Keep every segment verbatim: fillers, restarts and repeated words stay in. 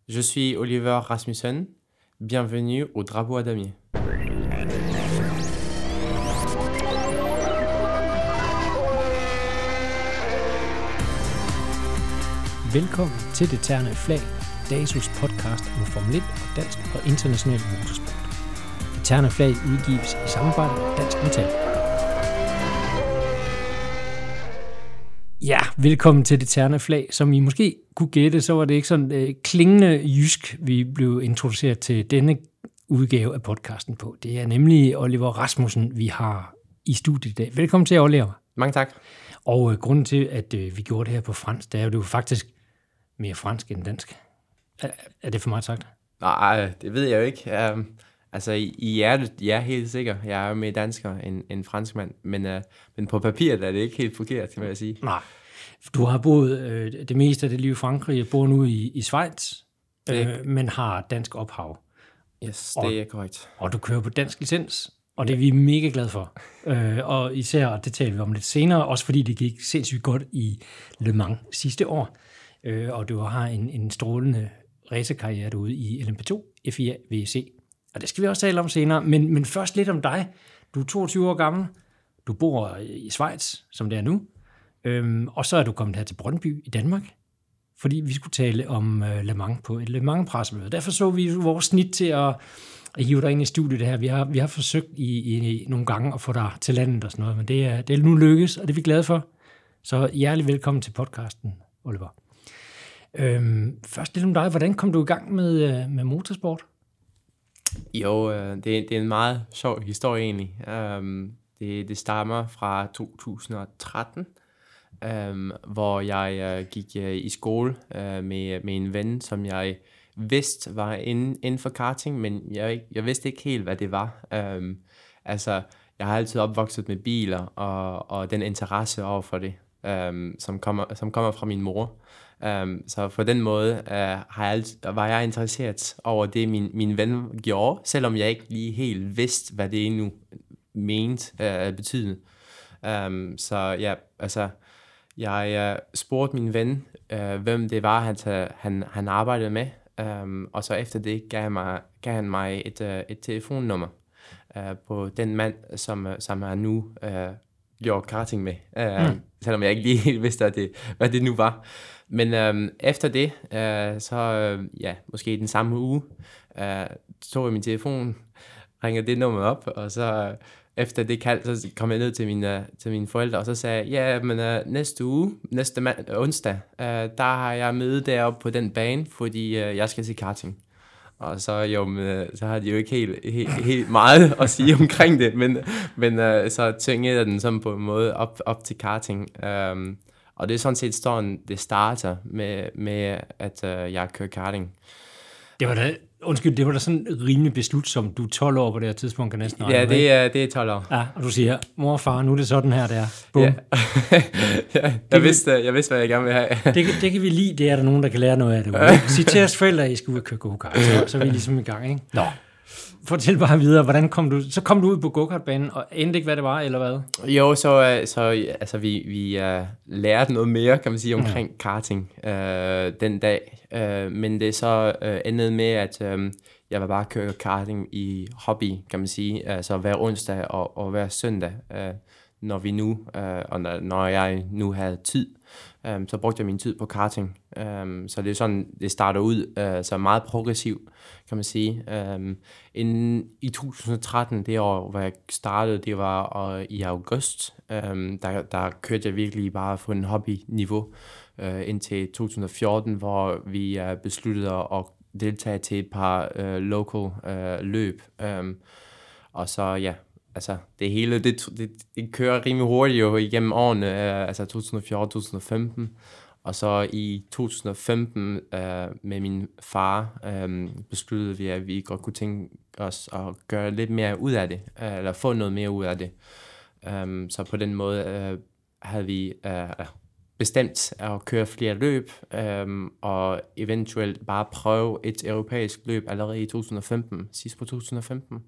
Je suis Oliver Rasmussen. Bienvenue au Drapeau à Damier. Velkommen til Det Terne Flag, DASUs podcast om Formel et og dansk og international motorsport. Det Terne Flag udgives i samarbejde med Dansk Metal. Ja, velkommen til Det Terne Flag. Som I måske kunne gætte, så var det ikke sådan øh, klingende jysk, vi blev introduceret til denne udgave af podcasten på. Det er nemlig Oliver Rasmussen, vi har i studiet i dag. Velkommen til, Oliver. Mange tak. Og øh, grunden til, at øh, vi gjorde det her på fransk, det er jo, det er jo faktisk mere fransk end dansk. Er, er det for meget sagt? Nej, det ved jeg jo ikke. Um, altså, i, i hjertet, jeg er helt sikker. Jeg er jo mere dansker end, end franskmand, men, uh, men på papiret er det ikke helt forkert, kan man sige. Nej. Du har boet øh, det meste af det liv i Frankrig, og bor nu i, i Schweiz, øh, men har dansk ophav. Yes, og, det er korrekt. Og du kører på dansk licens, og det er vi mega glade for. øh, og især, og det taler vi om lidt senere, også fordi det gik sindssygt godt i Le Mans sidste år. Øh, og du har en, en strålende racerkarriere derude i L M P to, F I A, V C. Og det skal vi også tale om senere, men, men først lidt om dig. Du er toogtyve år gammel, du bor i Schweiz, som det er nu, øhm, og så er du kommet her til Brøndby i Danmark, fordi vi skulle tale om øh, Le Mans på et Le Mans-pressemøde. Derfor så vi vores snit til at, at hive dig ind i studiet det her. Vi har, vi har forsøgt i, i, i nogle gange at få dig til landet og sådan noget, men det er, det er nu lykkes, og det er vi glade for. Så hjertelig velkommen til podcasten, Oliver. Øhm, først lidt om dig. Hvordan kom du i gang med, med motorsport? Jo, øh, det, det er en meget sjov historie egentlig. Um, det, det stammer fra to tusind og tretten, um, hvor jeg uh, gik uh, i skole uh, med, med en ven, som jeg vidste var inden, inden for karting, men jeg, jeg vidste ikke helt, hvad det var. Um, altså, jeg har altid opvokset med biler, og, og den interesse over for det, um, som, kommer, som kommer fra min mor. Um, så på den måde uh, har jeg alt, var jeg interesseret over det, min, min ven gjorde, selvom jeg ikke lige helt vidste, hvad det endnu mente at uh, betyde. Um, så ja, altså, jeg uh, spurgte min ven, uh, hvem det var, han, han, han arbejdede med, um, og så efter det gav, mig, gav han mig et, uh, et telefonnummer uh, på den mand, som, som han nu uh, gjorde karting med, uh, mm. selvom jeg ikke lige helt vidste, hvad det, hvad det nu var. Men øhm, efter det, øh, så øh, ja, måske i den samme uge, øh, tog jeg min telefon, ringede det nummer op, og så øh, efter det kald, så kom jeg ned til mine, til mine forældre, og så sagde jeg, ja, men øh, næste uge, næste mand, øh, onsdag, øh, der har jeg møde deroppe på den bane, fordi øh, jeg skal til karting. Og så, jo, men, så har de jo ikke helt, helt, helt meget at sige omkring det, men, men øh, så tvingede jeg den sådan på en måde op, op til karting. Øh, Og det er sådan set sådan, det starter med, med at øh, jeg kører karting. Det var da, undskyld, det var da sådan rimelig beslutsomt. Du er tolv år på det her tidspunkt, kan næsten Ja, det er, det er tolv år. Ja, og du siger, mor og far, nu er det sådan her, det er. Bum. Ja. ja, jeg, vidste, jeg vidste, hvad jeg gerne ville have. det, det kan vi lide, det er der nogen, der kan lære noget af det. Sig til jeres forældre, at I skal ud og køre go-kart, så, så er vi ligesom i gang, ikke? Nå. Fortæl bare videre, hvordan kom du, så kom du ud på go-kartbanen, og endte ikke, hvad det var, eller hvad? Jo, så, så altså, vi, vi uh, lærte noget mere, kan man sige, omkring mm. karting uh, den dag. Uh, men det så uh, endte med, at um, jeg var bare køre karting i hobby, kan man sige. Altså hver onsdag og, og hver søndag, uh, når vi nu, uh, og når, når jeg nu havde tid. Um, så brugte jeg min tid på karting. Um, så det er sådan, det starter ud, uh, så meget progressivt, kan man sige. Um, inden, I to tusind og tretten, det år, hvor jeg startede, det var uh, i august. Um, der, der kørte jeg virkelig bare på en hobbyniveau uh, indtil to tusind og fjorten, hvor vi uh, besluttede at deltage til et par uh, local uh, løb. Um, og så, ja, altså, det hele, det, det, det kører rimelig hurtigt jo igennem årene, øh, altså to tusind og fjorten til to tusind og femten. Og så i to tusind og femten øh, med min far øh, besluttede vi, at vi godt kunne tænke os at gøre lidt mere ud af det, øh, eller få noget mere ud af det. Um, så på den måde øh, havde vi øh, bestemt at køre flere løb, øh, og eventuelt bare prøve et europæisk løb allerede i to tusind og femten, sidst på to tusind og femten.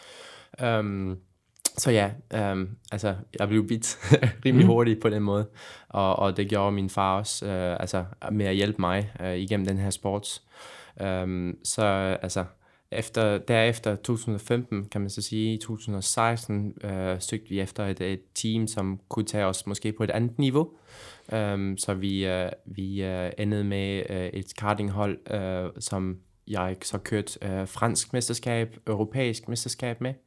Um, Så ja, um, altså jeg blev bidt rimelig hurtigt på den måde, og, og det gjorde min far også, uh, altså med at hjælpe mig uh, igennem den her sport. Um, så altså, efter, derefter to tusind og femten, kan man så sige, i to tusind og seksten, uh, søgte vi efter et, et team, som kunne tage os måske på et andet niveau. Um, så vi, uh, vi uh, endede med uh, et kartinghold, uh, som jeg så kørte uh, fransk mesterskab, europæisk mesterskab med.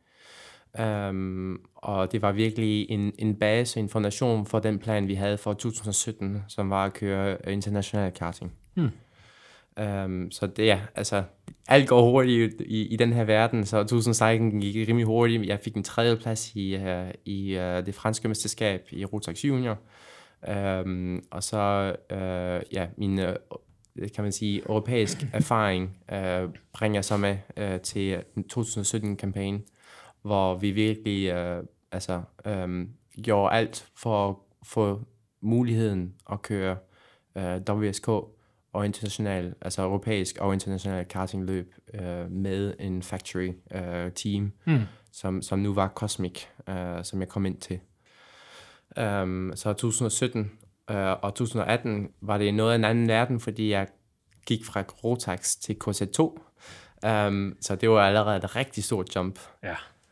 Um, og det var virkelig en, en base, en foundation for den plan, vi havde for to tusind og sytten, som var at køre international karting. Hmm. Um, så det er, altså, alt går hurtigt i, i den her verden, så to tusind og seksten gik rimelig hurtigt. Jeg fik en tredje plads i, uh, i uh, det franske mesterskab i Rotax Junior. Um, og så, uh, ja, min, uh, kan man sige, europæisk erfaring uh, bringer sig med uh, til to tusind og sytten-kampagnen, hvor vi virkelig uh, altså, um, gjorde alt for at få muligheden at køre uh, W S K og international, altså europæisk og international kartingløb uh, med en factory uh, team, mm. som, som nu var Cosmic, uh, som jeg kom ind til. Um, så to tusind og sytten uh, og to tusind og atten var det noget af en anden verden, fordi jeg gik fra Rotax til K Z to, um, så det var allerede et rigtig stort jump. Ja.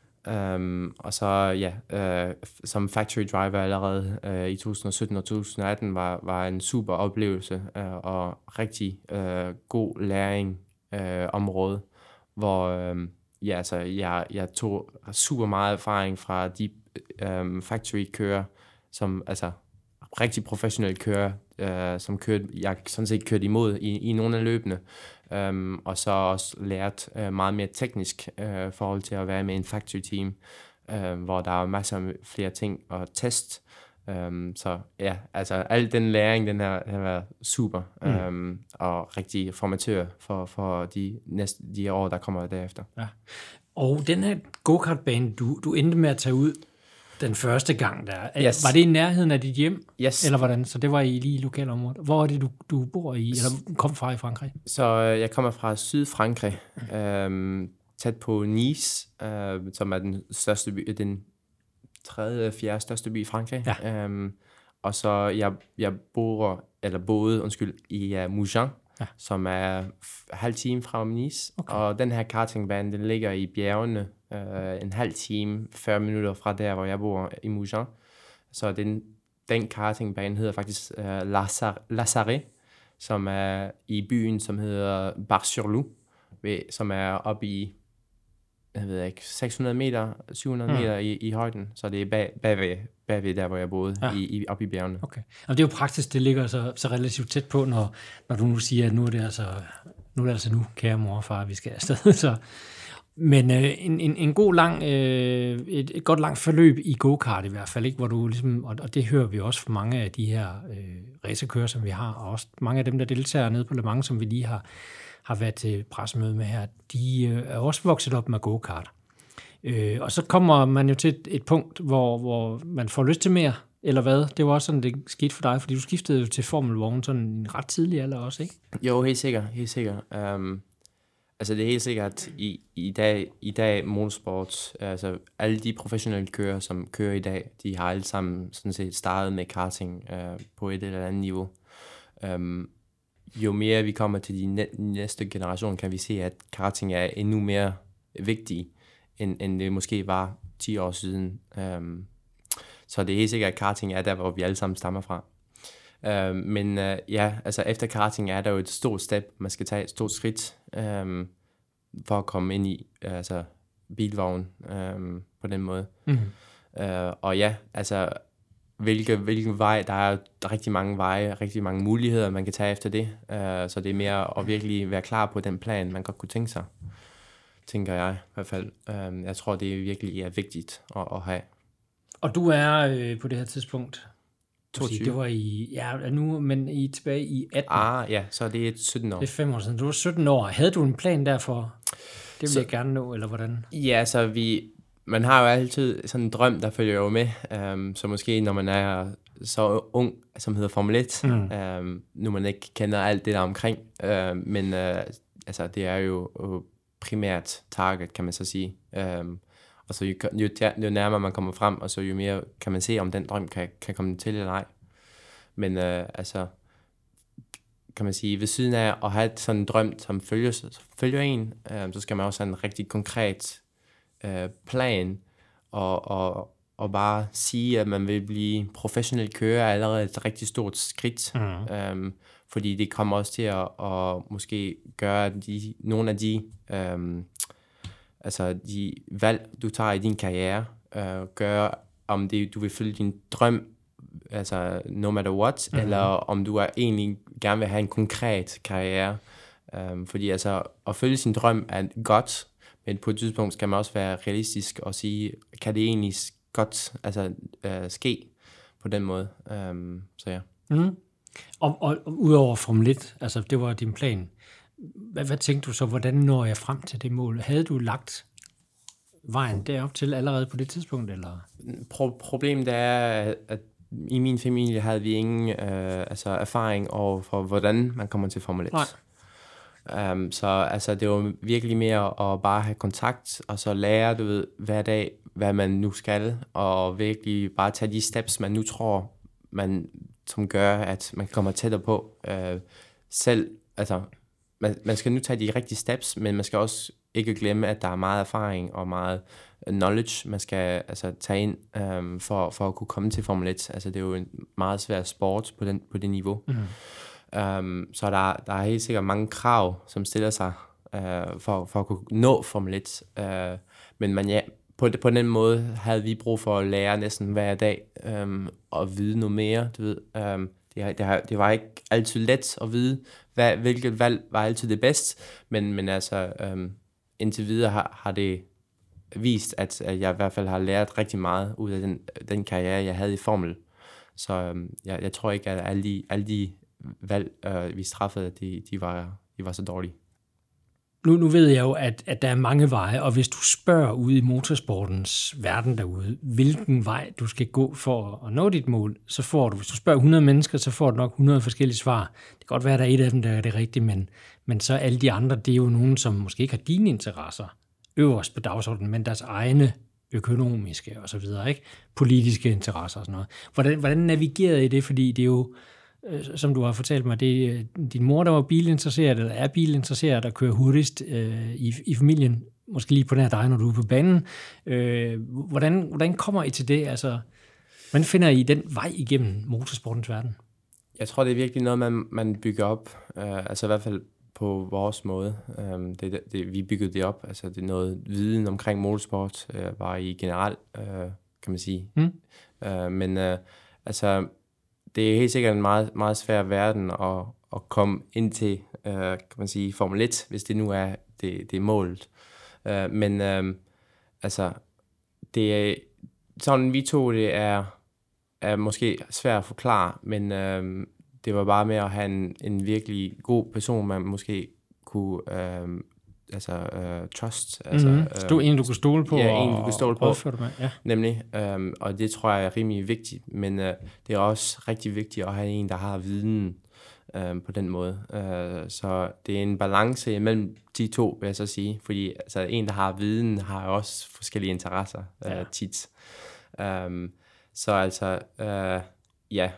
Um, og så ja, uh, som factory driver allerede uh, i to tusind og sytten og to tusind og atten var, var en super oplevelse uh, og rigtig uh, god læring uh, område, hvor um, ja, altså, jeg, jeg tog super meget erfaring fra de um, factory kører, som altså rigtig professionelle kører, uh, som kørte, jeg sådan set kørte imod i, i nogle af løbene. Um, og så også lært uh, meget mere teknisk uh, forhold til at være med en factory team, uh, hvor der er masser af flere ting at teste. Um, så ja, altså al den læring, den har, har været super, mm. um, og rigtig formatør for, for de næste de år, der kommer derefter. Ja. Og den her go-kart-bane, du, du endte med at tage ud den første gang der. Yes. Var det i nærheden af dit hjem? Yes. Eller hvordan? Så det var i lige i lokalområdet. Hvor er det, du, du bor i, eller kom fra i Frankrig? Så øh, jeg kommer fra Sydfrankrig, øh, tæt på Nice, øh, som er den største by, den tredje, fjerde største by i Frankrig. Ja. Øh, og så jeg, jeg bor, eller boede, undskyld, i uh, Mougins, ja. Som er f- halv time fra Nice. Okay. Og den her kartingbane, den ligger i bjergene, øh, en halv time, fyrre minutter fra der, hvor jeg bor i Mougins. Så den, den kartingbane hedder faktisk øh, Lazare, som er i byen, som hedder Bar-sur-Loup, som er oppe i, jeg ved ikke, seks hundrede meter, syv hundrede mm. meter i, i højden. Så det er bag, bagved, bagved der, hvor jeg boede, ja. i, i, oppe i bjergene. Okay. Og det er jo praktisk, det ligger så, så relativt tæt på, når, når du nu siger, at nu er det altså nu, er det altså nu kære mor og far, vi skal afsted. Så. Men øh, en, en, en god lang, øh, et, et godt langt forløb i go-kart i hvert fald, ikke, hvor du ligesom, og, og det hører vi også fra mange af de her øh, racerkører, som vi har, og også mange af dem, der deltager nede på Le Mans, som vi lige har, har været til pressemøde med her, de øh, er også vokset op med go-kart. Øh, og så kommer man jo til et, et punkt, hvor, hvor man får lyst til mere, eller hvad? Det var også sådan, det skete for dig, fordi du skiftede jo til formelvogn sådan en ret tidlig alder også, ikke? Jo, helt sikkert, helt sikkert. Um, altså det er helt sikkert, at i, i dag, i dag motorsport, altså alle de professionelle kører, som kører i dag, de har alle sammen sådan set startet med karting uh, på et eller andet niveau. Um, jo mere vi kommer til de næ- næste generation, kan vi se, at karting er endnu mere vigtig, end, end det måske var ti år siden. Um, så det er helt sikkert, at karting er der, hvor vi alle sammen stammer fra. Uh, men uh, ja, altså efter karting er der jo et stort step, man skal tage et stort skridt um, for at komme ind i altså bilvogn um, på den måde. Mm-hmm. Uh, og ja, altså hvilke, hvilken vej, der er rigtig mange veje, rigtig mange muligheder, man kan tage efter det. Uh, så det er mere at virkelig være klar på den plan, man godt kunne tænke sig, tænker jeg i hvert fald. Uh, jeg tror, det virkelig er vigtigt at, at have. Og du er øh, på det her tidspunkt, toogtyve. Det var i, ja, nu, men I tilbage i atten. Ah, ja, så det er sytten år. Det er fem år siden. Du var sytten år. Havde du en plan derfor? Det vil så, jeg gerne nå, eller hvordan? Ja, så vi, man har jo altid sådan en drøm, der følger jo med. Um, så måske når man er så ung, som hedder Formel et, mm. um, nu man ikke kender alt det der omkring, uh, men uh, altså, det er jo uh, primært target, kan man så sige. Um, og så jo, jo, jo nærmere man kommer frem, og så jo mere kan man se, om den drøm kan, kan komme til eller ej. Men uh, altså, kan man sige, ved siden af at have sådan en drøm, som følger, følger en, øh, så skal man også have en rigtig konkret øh, plan, og, og, og bare sige, at man vil blive professionel kører, er allerede et rigtig stort skridt, mm. øhm, fordi det kommer også til at, at måske gøre de, nogle af de, øhm, altså de valg, du tager i din karriere, øh, gør, om det, du vil følge din drøm, altså no matter what, mm. eller om du er egentlig gerne vil have en konkret karriere. Um, fordi altså, at følge sin drøm er godt, men på et tidspunkt skal man også være realistisk og sige, kan det egentlig godt altså, uh, ske på den måde. Um, så ja. Mm. Og, og, og udover Formel et, altså det var din plan, hvad, hvad tænkte du så, hvordan når jeg frem til det mål? Havde du lagt vejen derop til allerede på det tidspunkt? Eller? Pro- problemet er, at i min familie havde vi ingen øh, altså erfaring over for, hvordan man kommer til Formel et. Nej. Um, så altså, det var virkelig mere at bare have kontakt, og så lære, du ved, hver dag, hvad man nu skal, og virkelig bare tage de steps, man nu tror, man, som gør, at man kommer tættere på uh, selv. Altså, man, man skal nu tage de rigtige steps, men man skal også ikke glemme, at der er meget erfaring og meget knowledge, man skal altså, tage ind um, for, for at kunne komme til Formel et. Altså, det er jo en meget svær sport på, den, på det niveau. Mm. Um, så der, der er helt sikkert mange krav, som stiller sig uh, for, for at kunne nå Formel et. Uh, men man, ja, på, på den måde havde vi brug for at lære næsten hver dag um, og vide noget mere. Du ved. Um, det, det, det var ikke altid let at vide, hvad, hvilket valg var altid det bedste, men, men altså, um, indtil videre har, har det vist, at, at jeg i hvert fald har lært rigtig meget ud af den, den karriere, jeg havde i Formel. Så um, jeg, jeg tror ikke, at alle de, alle de valg, øh, vi straffede, de, de, var, de var så dårlige. Nu, nu ved jeg jo, at, at der er mange veje, og hvis du spørger ude i motorsportens verden derude, hvilken vej du skal gå for at nå dit mål, så får du, hvis du spørger hundrede mennesker, så får du nok hundrede forskellige svar. Det kan godt være, at der er et af dem, der er det rigtige, men, men så alle de andre, det er jo nogen, som måske ikke har dine interesser øverst på dagsordenen, men deres egne økonomiske og så videre, ikke? Politiske interesser og sådan noget. Hvordan, hvordan navigerede I det? Fordi det er jo, som du har fortalt mig, det er din mor, der var bilinteresseret, eller er bilinteresseret, der kører hurtigst øh, i, i familien, måske lige på nær dig, når du er på banen. Øh, hvordan, hvordan kommer I til det? Altså, hvordan finder I den vej igennem motorsportens verden? Jeg tror, det er virkelig noget, man, man bygger op. Uh, altså i hvert fald på vores måde. Um, det, det, vi byggede det op. Altså det er noget viden omkring motorsport, uh, bare i generelt, uh, kan man sige. Mm. Uh, men uh, altså... Det er helt sikkert en meget, meget svær verden at, at komme ind til, uh, kan man sige, Formel et, hvis det nu er det, det er målet. Uh, men uh, altså, det er, sådan vi to, det er, er måske svært at forklare, men uh, det var bare med at have en, en virkelig god person, man måske kunne uh, altså, uh, trust. Altså, mm-hmm. Stod en, du kunne stole på? Ja, en, du kunne stole på. Ja. Nemlig, um, og det tror jeg er rimelig vigtigt, men uh, det er også rigtig vigtigt at have en, der har viden um, på den måde. Uh, så det er en balance mellem de to, vil jeg så sige, fordi altså, en, der har viden, har også forskellige interesser uh, ja. tit. Um, så altså, uh, ja,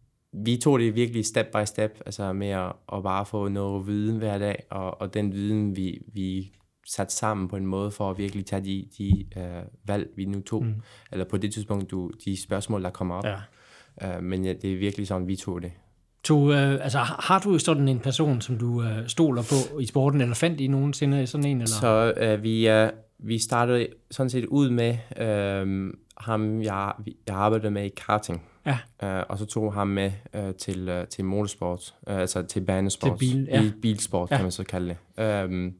vi tog det virkelig step by step, altså med at, at bare få noget viden hver dag, og, og den viden, vi, vi sat sammen på en måde for at virkelig tage de, de uh, valg, vi nu tog, mm. eller på det tidspunkt, du, de spørgsmål, der kommer op. Ja. Uh, men ja, det er virkelig sådan, vi tog det. To, uh, altså, har du sådan en person, som du uh, stoler på i sporten, eller fandt I nogensinde sådan en? Eller? Så uh, vi, uh, vi startede sådan set ud med uh, ham, jeg, jeg arbejdede med i karting. Ja. Uh, og så tog ham med uh, til, uh, til motorsport, uh, altså til banesport, til bil, ja. bil, bilsport, ja. Kan man så kalde det. Um,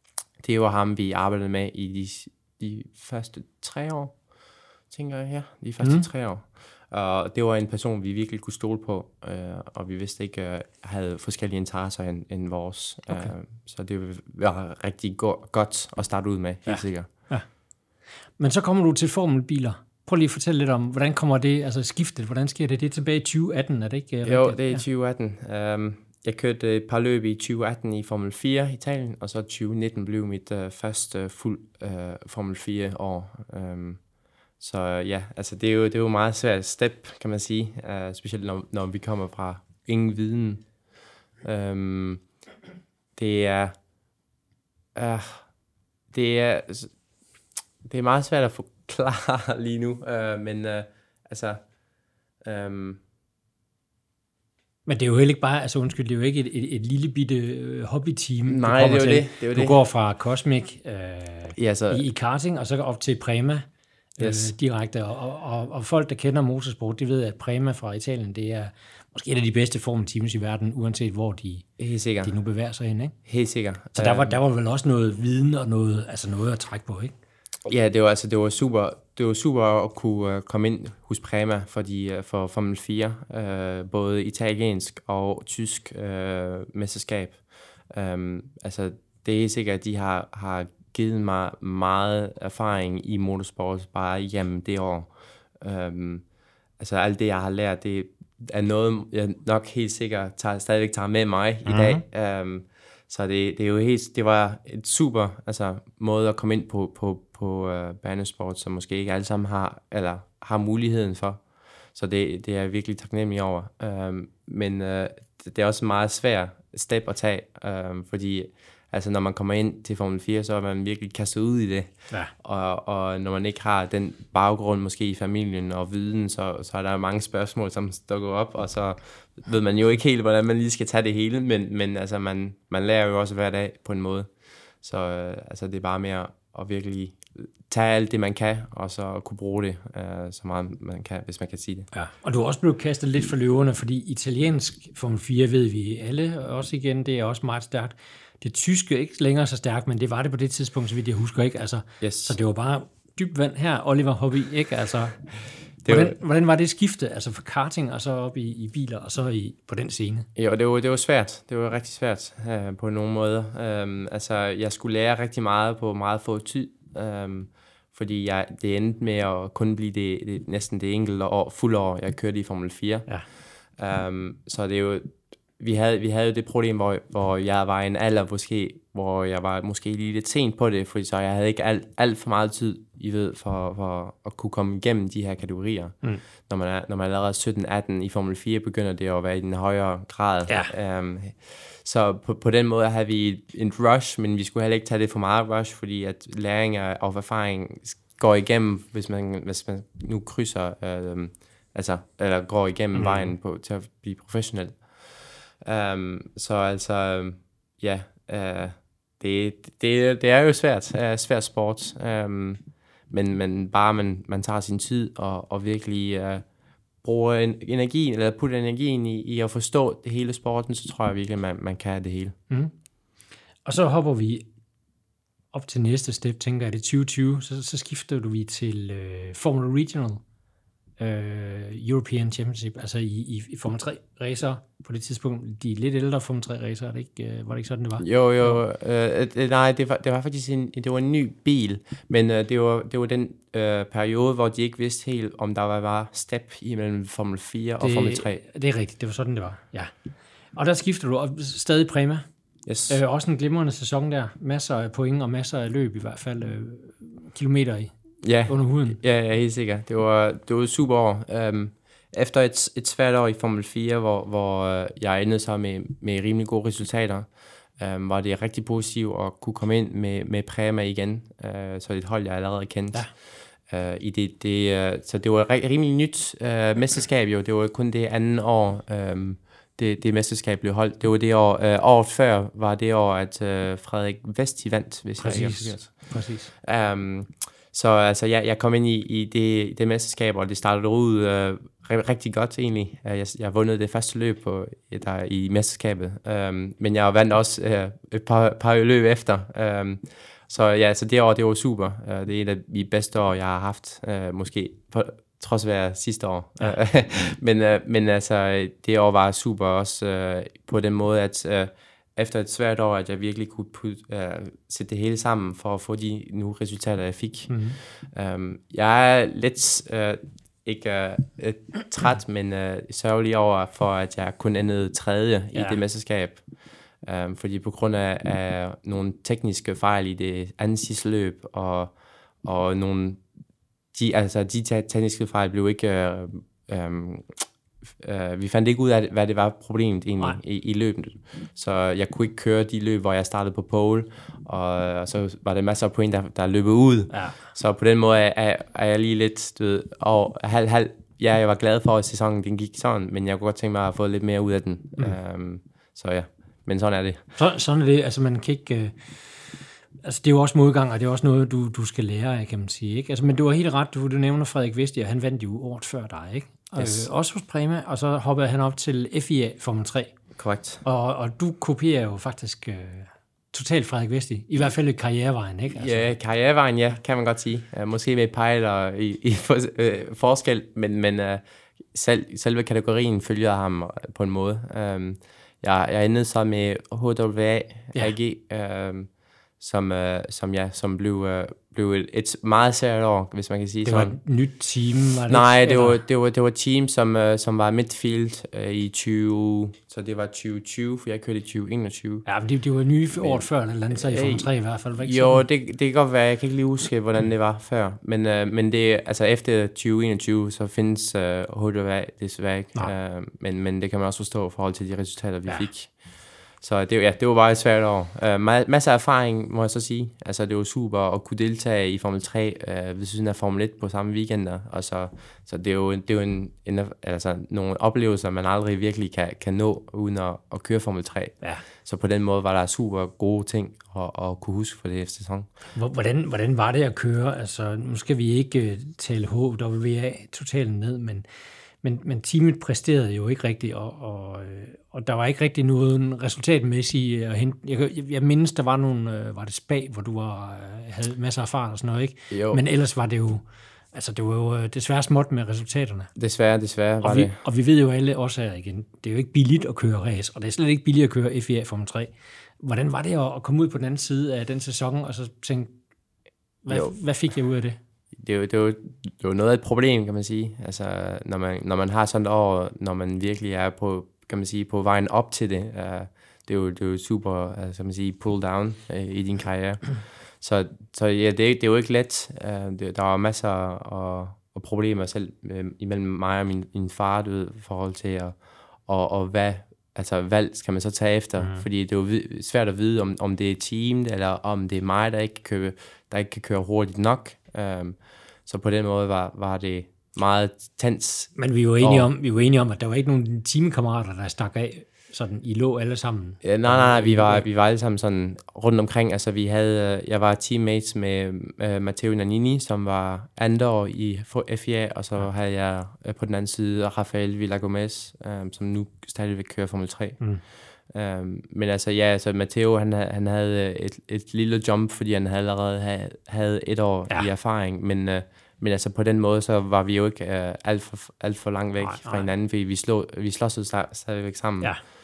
det var ham, vi arbejdede med i de, de første tre år, tænker jeg, ja, de første mm. tre år. Og det var en person, vi virkelig kunne stole på, uh, og vi vidste ikke, uh, havde forskellige interesser end, end vores. Okay. Uh, så det var rigtig go- godt at starte ud med, helt ja. sikkert. Ja. Men så kommer du til formelbiler. Prøv lige at fortælle lidt om, hvordan kommer det, altså skiftet, hvordan sker det? Det er tilbage i tyve atten, er det ikke? Jo, rigtigt? Det er tyve atten. Um, jeg kørte et par løb i tyve atten i Formel fire i Italien, og så tyve nitten blev mit uh, første uh, fuld uh, Formel fire år. Um, så ja, altså det er jo, det er jo meget svært step, kan man sige, uh, specielt når, når vi kommer fra ingen viden. Um, det er... Uh, det er... Det er meget svært at forklare lige nu, uh, men uh, altså... Um, Men det er jo heller ikke bare, altså undskyld, det er jo ikke et, et, et lille bitte hobbyteam. Nej, det er jo det. det, er jo du det. går fra Cosmic øh, ja, så, i, i karting, og så op til Prema yes. øh, direkte. Og, og, og folk, der kender motorsport, de ved, at Prema fra Italien, det er måske et af de bedste formelteams i verden, uanset hvor de, de nu bevæger sig hen, ikke? Helt sikkert. Så der var, der var vel også noget viden og noget, altså noget at trække på, ikke? Ja, det var altså det var super. Det var super at kunne uh, komme ind hos Prema for de uh, for Formel fire, uh, både italiensk og tysk uh, mesterskab. Um, altså det er helt sikkert, at de har har givet mig meget erfaring i motorsport bare igennem det år. Um, altså alt det jeg har lært, det er noget jeg nok helt sikkert tager, stadigvæk tager med mig mm-hmm. i dag. Um, Så det, det er jo helt, det var et super altså, måde at komme ind på, på, på uh, banesport, som måske ikke alle sammen har, eller har muligheden for. Så det, det er jeg virkelig taknemmelig over. Um, men uh, det er også en meget svær step at tage, um, fordi altså, når man kommer ind til Formel fire, så er man virkelig kastet ud i det. Ja. Og, og når man ikke har den baggrund måske i familien og viden, så, så er der mange spørgsmål, som dukker op, og så ved man jo ikke helt, hvordan man lige skal tage det hele, men, men altså, man, man lærer jo også hver dag på en måde. Så øh, altså, det er bare mere at virkelig tage alt det, man kan, og så kunne bruge det øh, så meget man kan, hvis man kan sige det. Ja. Og du er også blevet kastet lidt for løverne, fordi italiensk Formel fire ved vi alle også igen, det er også meget stærkt. Det tyske er ikke længere så stærkt, men det var det på det tidspunkt, så vidt jeg husker, ikke? Altså, yes. Så det var bare dybt vand her, Oliver Hobby, ikke? Altså, hvordan, var... hvordan var det skifte, altså fra karting og så op i, i biler, og så i, på den scene? Jo, det var, det var svært. Det var rigtig svært uh, på nogle måder. Um, altså, jeg skulle lære rigtig meget på meget få tid, um, fordi jeg, det endte med at kun blive det, det, næsten det enkelte år, fuld år, jeg kørte i Formel fire. Ja. Um, så det er jo... Vi havde, vi havde jo det problem, hvor, hvor jeg var i en alder måske, hvor jeg var måske lige lidt sent på det, fordi så jeg havde ikke alt, alt for meget tid, I ved, for, for at kunne komme igennem de her kategorier. Mm. Når man er, når man er allerede sytten atten i Formel fire, begynder det at være i den højere grad. Ja. Um, så på, på den måde havde vi en rush, men vi skulle heller ikke tage det for meget rush, fordi at læring og erfaring går igennem, hvis man, hvis man nu krydser, øh, altså, eller går igennem mm. vejen på, til at blive professionel. Um, så altså, ja, uh, det, det, det er jo svært, uh, svært sport, um, men, men bare man, man tager sin tid og, og virkelig uh, bruger en, energien, eller putter energien i, i at forstå det hele sporten, så tror jeg virkelig, man, man kan det hele. Mm. Og så hopper vi op til næste step, tænker jeg, det er tyve tyve, så, så skifter du vi til uh, Formula Regional. Uh, European Championship, altså i, i, i Formel tre racer på det tidspunkt, de lidt ældre Formel tre racer, er det ikke, uh, var det ikke sådan, det var? Jo, jo, uh, nej, det var, det var faktisk en, det var en ny bil, men uh, det, var, det var den uh, periode, hvor de ikke vidste helt, om der var, var step imellem Formel fire og det, Formel tre. Det er rigtigt, det var sådan, det var, ja. Og der skifter du og stadig Prema. Yes. Uh, også en glimrende sæson der, masser af point og masser af løb i hvert fald, uh, kilometer i. Ja, under huden. Ja, ja, helt sikkert. Det var, det var et super år. Um, efter et, et svært år i Formel fire, hvor, hvor jeg endte så med, med rimelig gode resultater, um, var det rigtig positivt at kunne komme ind med, med Prema igen. Uh, så det er et hold, jeg allerede kendte. Ja. Uh, i det, det, uh, så det var et rimelig nyt uh, mesterskab jo. Det var kun det andet år, um, det, det mesterskab blev holdt. Det var det år, uh, året før var det år, at uh, Frederik Vesti vandt, hvis Præcis. jeg ikke har forkert. Præcis. Um, Så altså, jeg, jeg kom ind i, i det, det mesterskab, og det startede ud øh, rigtig godt egentlig. Jeg, jeg har vundet det første løb på, der i mesterskabet, um, men jeg vandt også øh, et par, par løb efter. Um, så ja, så det år, det var super. Uh, det er et af de bedste år, jeg har haft, uh, måske på, trods af være sidste år. Ja. men, uh, men altså, det år var super også uh, på den måde, at uh, efter et svært år, at jeg virkelig kunne putte, uh, sætte det hele sammen for at få de nu resultater, jeg fik. Mm-hmm. Um, jeg er lidt, uh, ikke uh, træt, men uh, sørgelig over, for at jeg kun endte tredje ja. i det mesterskab. Um, fordi på grund af, af nogle tekniske fejl i det andet sidste løb, og, og nogle, de, altså de tekniske fejl blev ikke uh, um, øh, vi fandt ikke ud af, hvad det var problemet egentlig i, i løbet. Så jeg kunne ikke køre de løb, hvor jeg startede på pole, og, og så var det masser af point, der, der løb ud. Ja. Så på den måde er, er jeg lige lidt, du ved, og halv, halv, ja, jeg var glad for, at sæsonen den gik sådan, men jeg kunne godt tænke mig at få lidt mere ud af den. Mm. Um, så ja, men sådan er det. Så, sådan er det, altså man kan ikke... Øh... Altså, det er jo også modgang, og det er også noget, du, du skal lære af, kan man sige. Ikke? Altså, men du har helt ret, du, du nævner Frederik Vesti, og han vandt jo året før dig, ikke? Yes. Øh, også hos Prema, og så hoppede han op til F I A Formel tre. Korrekt. Og, og du kopierer jo faktisk øh, totalt Frederik Vesti, i hvert fald i karrierevejen, ikke? Altså. Ja, karrierevejen, ja, kan man godt sige. Uh, måske med et pejler i, i for, uh, forskel, men, men uh, selv, selve kategorien følger ham på en måde. Um, jeg, jeg endte så med H W A A G, ja. um, som, øh, som, ja, som blev, øh, blev et, et meget særligt år, hvis man kan sige det sådan. Det var et nyt team, var det? Nej, det var, det var, det var et team, som, øh, som var midfield øh, i tyve, så det var tyve tyve, for jeg kørte i tyve enogtyve. Ja, men det, det var nye året før, eller andet, så i Formel tre i hvert fald. Ikke jo, det, det kan godt være, jeg kan ikke lige huske, hvordan det var før, men, øh, men det, altså efter tyve enogtyve, så findes øh, H W A desværre ikke, øh, men, men det kan man også forstå i forhold til de resultater, vi ja. fik. Så det, ja, det var bare et svært år. Uh, masser af erfaring, må jeg så sige. Altså, det var super at kunne deltage i Formel tre uh, ved siden af Formel et på samme weekender. Og så, så det er jo, det er jo en, en, altså, nogle oplevelser, man aldrig virkelig kan, kan nå, uden at, at køre Formel tre. Ja. Så på den måde var der super gode ting at, at kunne huske for det efter sæson. Hvordan, hvordan var det at køre? Altså, nu skal vi ikke tale H W A totalt ned, men... Men, men teamet præsterede jo ikke rigtigt, og, og, og der var ikke rigtig noget resultatmæssigt at hente. Jeg, jeg mindes, der var nogle, var det Spa, hvor du var, havde masser af fart og sådan noget, ikke? Jo. Men ellers var det jo, altså det var jo desværre småt med resultaterne. Desværre, desværre var og vi, det. Og vi ved jo alle også her igen, det er jo ikke billigt at køre race, og det er slet ikke billigt at køre F I A Formel tre. Hvordan var det at komme ud på den anden side af den sæson, og så tænke, hvad, hvad fik jeg ud af det? Det er, jo, det, er jo, det er jo noget af et problem, kan man sige. Altså, når man, når man har sådan et år, når man virkelig er på, kan man sige, på vejen op til det, uh, det, er jo, det er jo super, altså, man sige, pull down uh, i din karriere. Så, så ja, det, det er jo ikke let. Uh, det, der var masser af, af problemer selv uh, imellem mig og min, min far, du ved, i forhold til at, og, og hvad, altså valg skal man så tage efter, mm. fordi det er jo svært at vide, om, om det er teamet, eller om det er mig, der ikke kan køre, der ikke kan køre hurtigt nok. Um, så på den måde var, var det meget tens. Men vi var enige om, vi var enige om, at der var ikke nogen teamkammerater, der stak af, sådan I lå alle sammen. Ja, nej, nej, nej, vi var, vi var alle sammen sådan rundt omkring. Altså vi havde, jeg var teammates med uh, Matteo Nannini, som var andet år i F I A, og så ja. havde jeg uh, på den anden side Rafael Villagomez, um, som nu stadigvæk kører Formel tre. Mm. Um, men altså ja, altså Matteo han, han havde et, et lille jump, fordi han havde allerede havde, havde et år ja. i erfaring, men, uh, men altså på den måde, så var vi jo ikke uh, alt, for, alt for langt væk nej, fra nej. hinanden, fordi vi, slå, vi slåsede stadigvæk sammen.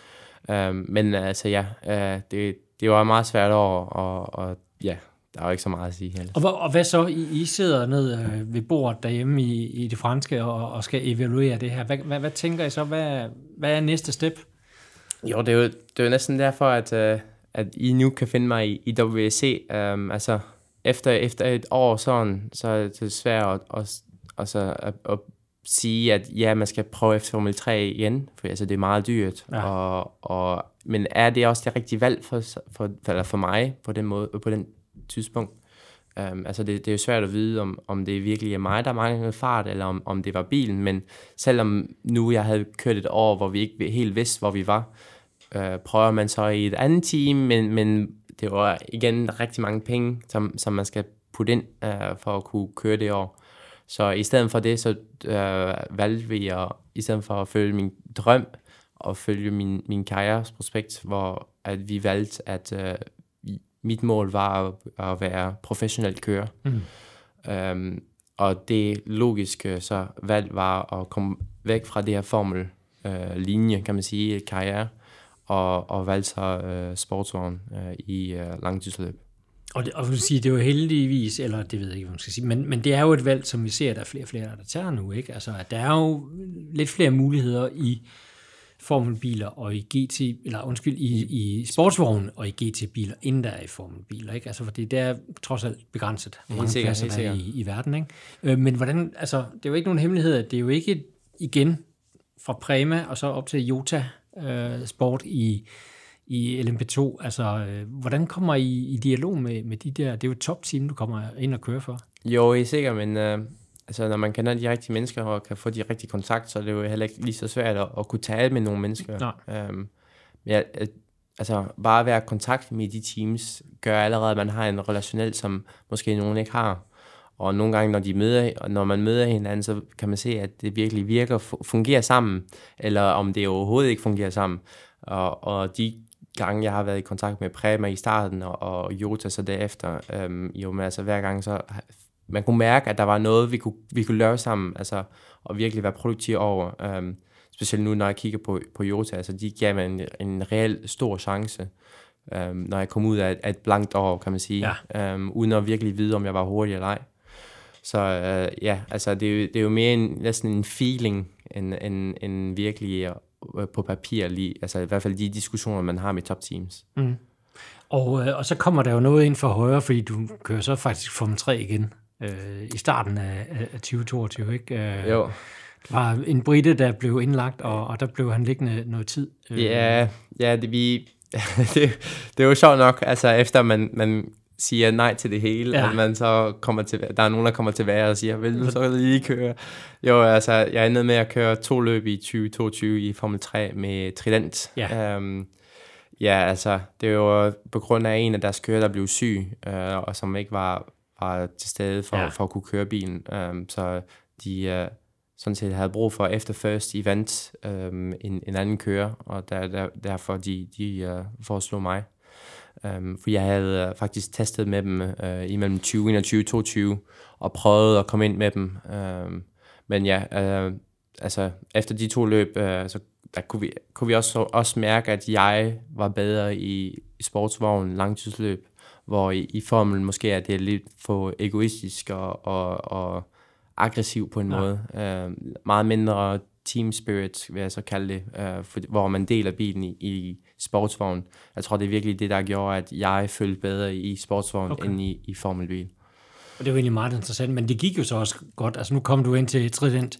Ja. Um, men altså ja, uh, det, det var et meget svært år, og, og ja, der er jo ikke så meget at sige heller. Og, og hvad så? I, I sidder ned øh, ved bordet derhjemme i, i det franske og, og skal evaluere det her. Hvad, hvad, hvad tænker I så? Hvad, hvad er næste step? Jo, det er jo, det er jo næsten derfor, at, uh, at I nu kan finde mig i, i W C. Um, altså, efter, efter et år sådan, så er det svært at, at, altså, at, at sige, at ja, man skal prøve efter Formel tre igen, for altså, det er meget dyrt. Ja. Og, og, men er det også det rigtige valg for, for, for, for mig på den, måde, på den tidspunkt? Um, altså, det, det er jo svært at vide, om, om det virkelig er mig, der manglede fart, eller om, om det var bilen. Men selvom nu jeg havde kørt et år, hvor vi ikke helt vidste, hvor vi var, Uh, prøver man så i et andet team, men, men det var igen rigtig mange penge, som, som man skal putte ind uh, for at kunne køre det år. Så i stedet for det, så uh, valgte vi at, i stedet for at følge min drøm og følge min, min karriereprospekt, hvor at vi valgte, at uh, mit mål var at, at være professionel kører. Mm. Um, og det logiske så valg var at komme væk fra det her formel uh, linje, kan man sige, karriere, og, og valgte så øh, sportsvogn øh, i øh, langtidsløb. Og det, og vil sige, det er jo heldigvis, eller det ved jeg ikke, hvad man skal sige, men, men det er jo et valg, som vi ser, at der er flere og flere, der tager nu, ikke? Altså, at der er jo lidt flere muligheder i formelbiler og i G T, eller undskyld, i, i sportsvogn og i G T-biler, inden der er i formelbiler, ikke? Altså, for det er trods alt begrænset, hvor mange sikkert, pladser der er i, i verden, ikke? Øh, men hvordan, altså, det er jo ikke nogen hemmelighed, at det er jo ikke, igen, fra Prema og så op til Jota øh, Sport i, i L M P to. Altså, øh, hvordan kommer I i dialog med, med de der, det er jo et top-team, du kommer ind og kører for? Jo, helt sikkert, men øh, altså, når man kender de rigtige mennesker og kan få de rigtige kontakt, så er det jo heller ikke lige så svært at, at kunne tale med nogle mennesker. Øhm, ja, altså, bare at være i kontakt med de teams, gør allerede, at man har en relationel, som måske nogen ikke har. Og nogle gange, når, de møder, og når man møder hinanden, så kan man se, at det virkelig virker, fungerer sammen, eller om det overhovedet ikke fungerer sammen. Og, og de gange, jeg har været i kontakt med Prema i starten, og, og Jota så derefter, øhm, jo, men altså hver gang, så man kunne mærke, at der var noget, vi kunne, vi kunne lave sammen, altså, og virkelig være produktive over. Øhm, specielt nu, når jeg kigger på, på Jota, altså de gav mig en, en reelt stor chance, øhm, når jeg kom ud af et, af et blankt år, kan man sige, ja. øhm, uden at virkelig vide, om jeg var hurtig eller ej. Så øh, ja, altså det er, jo, det er jo mere en, næsten en feeling, end, end, end virkelig øh, på papir, lige, altså i hvert fald de diskussioner, man har med top teams. Mm. Og, øh, og så kommer der jo noget ind for højre, fordi du kører så faktisk Formel tre igen øh, i starten af, af tyve toogtyve, ikke? Øh, jo. Der var en brite, der blev indlagt, og, og der blev han liggende noget tid. Øh. Ja, ja det, vi, det, det er jo sjovt nok, altså efter man... man siger nej til det hele, ja. At man så kommer til, der er nogen, der kommer til vejret og siger, vil du så lige køre? Jo, altså, jeg er nede med at køre to løb i tyve toogtyve i Formel tre med Trident. Ja, um, ja altså, det er jo på grund af en af deres kører, der blev syg, uh, og som ikke var, var til stede for, ja. for at kunne køre bilen. Um, så de uh, sådan set havde brug for efter first event um, en, en anden kører, og der, der, derfor de, de uh, foreslog mig. Um, for jeg havde uh, faktisk testet med dem uh, imellem tyve enogtyve og toogtyve og prøvet at komme ind med dem. Um, men ja, uh, altså efter de to løb, uh, så der kunne vi, kunne vi også, også mærke, at jeg var bedre i, i sportsvogn, langtidsløb, hvor i, i formelen måske er det lidt for egoistisk og, og, og aggressiv på en ja. måde. Uh, meget mindre team spirit, vil jeg så kalde det, uh, for, hvor man deler bilen i, i sportsvogn. Jeg tror, det er virkelig det, der gjorde, at jeg følte bedre i sportsvogn okay. end i, i formelbil. Og det var egentlig meget interessant, men det gik jo så også godt. Altså nu kom du ind til Trident,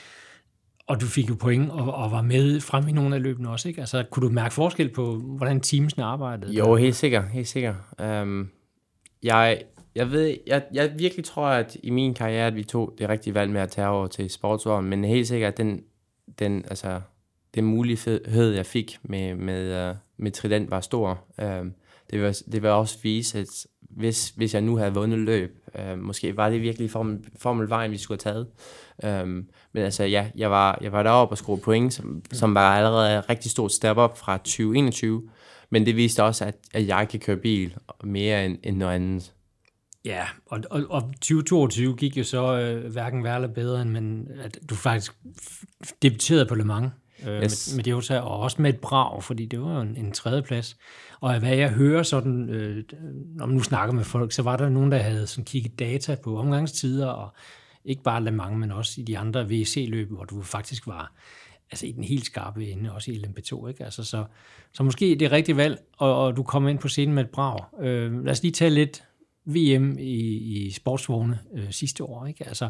og du fik jo point og, og var med frem i nogle af løbene også, ikke? Altså kunne du mærke forskel på, hvordan teamsene arbejdede? Jo, helt sikkert, helt sikkert. Um, jeg, jeg ved, jeg, jeg virkelig tror, at i min karriere, at vi tog det rigtige valg med at tage over til sportsvogn, men helt sikkert, at den, den altså, den mulighed, jeg fik med, med, med Trident, var stor. Um, det, vil, det vil også vise, at hvis, hvis jeg nu havde vundet løb, uh, måske var det virkelig formel, formelvejen, vi skulle have taget. Um, men altså, ja, jeg var, jeg var deroppe og skrue point, som, som var allerede et rigtig stort step op fra tyve enogtyve, men det viste også, at, at jeg kan køre bil mere end, end noget andet. Ja, og, og, og tyve toogtyve gik jo så øh, hverken værre eller bedre, end men at du faktisk debuterede på Le Mans øh, yes. med, med Jota, og også med et brag, fordi det var jo en, en tredjeplads. Og hvad jeg hører sådan, øh, når man nu snakker med folk, så var der nogen, der havde sådan kigget data på omgangstider, og ikke bare Le Mans, men også i de andre V C-løb, hvor du faktisk var altså i den helt skarpe ende, også i L M P to, ikke? Altså, så, så måske det er rigtigt valg, og, og du kommer ind på scenen med et brag. Øh, lad os lige tage lidt V M i, i sportsvogne øh, sidste år, ikke? Altså,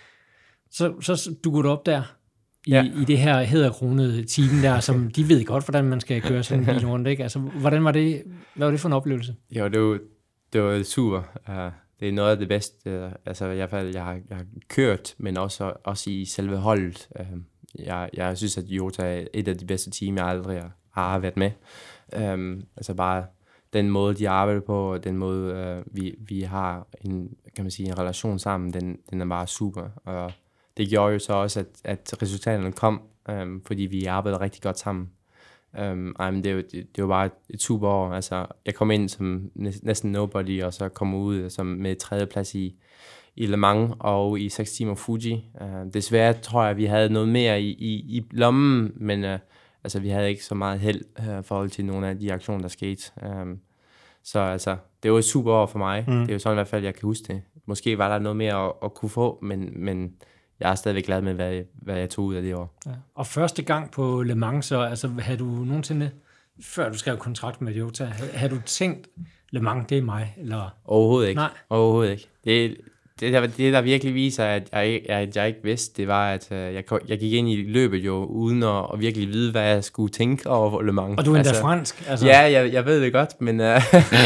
så, så dukker du op der i, ja. i det her hæderkronede team der, som de ved godt, hvordan man skal køre sådan en bil rundt, ikke? Altså, hvordan var det, hvad var det for en oplevelse? Jo, det var, det var super. Uh, det er noget af det bedste, uh, altså i hvert fald, jeg har, jeg har kørt, men også, også i selve holdet. Uh, jeg, jeg synes, at Jota er et af de bedste team, jeg aldrig har været med. Um, altså bare den måde, de arbejder på, og den måde, uh, vi, vi har en, kan man sige, en relation sammen, den, den er bare super. Og det gjorde jo så også, at, at resultaterne kom, um, fordi vi arbejder rigtig godt sammen. Um, ej, men det, er jo, det, det var bare et, et super år. Altså, jeg kom ind som næsten nobody, og så kom ud som med tredje plads i, i Le Mans og i seks timer Fuji. Uh, desværre tror jeg, at vi havde noget mere i, i, i lommen, men uh, altså, vi havde ikke så meget held i uh, forhold til nogle af de aktioner, der skete. Um, så altså, det var et super år for mig. Mm. Det er jo sådan i hvert fald, jeg kan huske det. Måske var der noget mere at, at kunne få, men, men jeg er stadigvæk glad med, hvad jeg, hvad jeg tog ud af det år. Ja. Og første gang på Le Mans, så altså, havde du nogensinde, før du skrev kontrakt med Jota, havde du tænkt, Le Mans, det er mig? Eller? Overhovedet ikke. Nej. Overhovedet ikke. Det, det, der, det, der virkelig viser, at jeg, ikke- at jeg ikke vidste, det var, at øh, jeg, ko- jeg gik ind i løbet jo, uden at, at virkelig vide, hvad jeg skulle tænke over Le Mans. Og du er endda fransk. Altså. Ja, jeg, jeg ved det godt, men øh,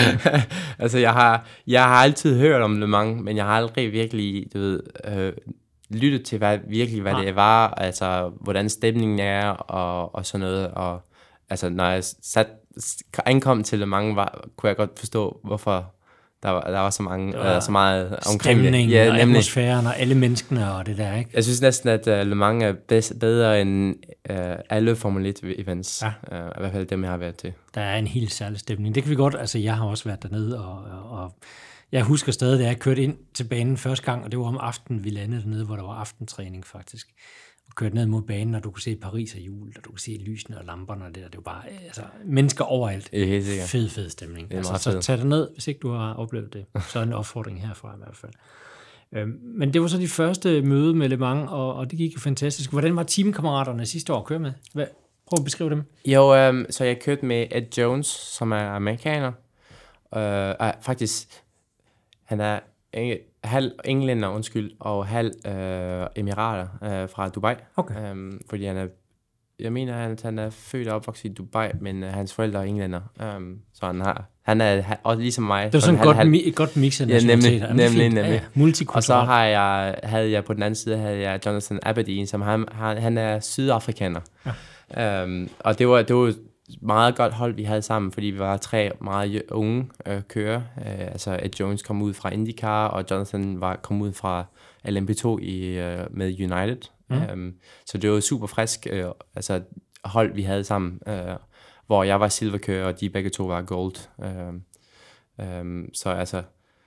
altså, jeg har, jeg har altid hørt om Le Mans, men jeg har aldrig virkelig, du ved, øh, lyttet til, hvad, virkelig, hvad Nej. det var, altså, hvordan stemningen er, og, og sådan noget, og altså, når jeg sat, ankom til Le Mans, var, kunne jeg godt forstå, hvorfor der var, der var så mange, var øh, så meget omkring Stemningen det. Ja, og nemlig. atmosfæren og alle menneskene og det der, ikke? Jeg synes næsten, at uh, Le Mans er bedst, bedre end uh, alle Formel et events. Ja. Uh, I hvert fald dem, jeg har været til. Der er en helt særlig stemning. Det kan vi godt, altså jeg har også været dernede, og, og, og jeg husker stadig, da jeg kørte ind til banen første gang, og det var om aftenen, vi landede dernede, hvor der var aftentræning faktisk. Og kørte ned mod banen, og du kunne se Paris og jul, og du kunne se lysene og lamperne og det der. Det var bare, altså, mennesker overalt. Det er helt sikkert. Fed, fed stemning. Det er Altså, meget så fedt. tag dig ned, hvis ikke du har oplevet det. Så er en opfordring herfra i hvert fald. Øhm, Men det var så de første møde med Le Mans, og, og det gik jo fantastisk. Hvordan var teamkammeraterne sidste år at køre med? Hvad? Prøv at beskrive dem. Jo, um, så jeg kørte med Ed Jones, som er amerikaner. Uh, uh, faktisk, han er eng- halv englænder, undskyld, og halv uh, emirater uh, fra Dubai. Okay. Um, fordi han er, jeg mener, at han er født og opvokset i Dubai, men uh, hans forældre er englænder. Um, så han har, han er han, også ligesom mig. Det var sådan et godt, mi- et godt mix af Ja, nemlig, nationaliteter. Jamen, det er nemlig, fint. nemlig. Ja, ja. Multikulturelt. Og så har jeg, havde jeg på den anden side, havde jeg Jonathan Aberdeen, som han, han, han er sydafrikaner. Ja. Um, og det var, det var meget godt hold, vi havde sammen, fordi vi var tre meget unge øh, kører. Uh, altså Ed Jones kom ud fra IndyCar, og Jonathan var kom ud fra L M P to i, uh, med United. Mm. Um, så det var super frisk uh, altså, hold, vi havde sammen, uh, hvor jeg var silverkører, og de begge to var gold. Um, um, så altså,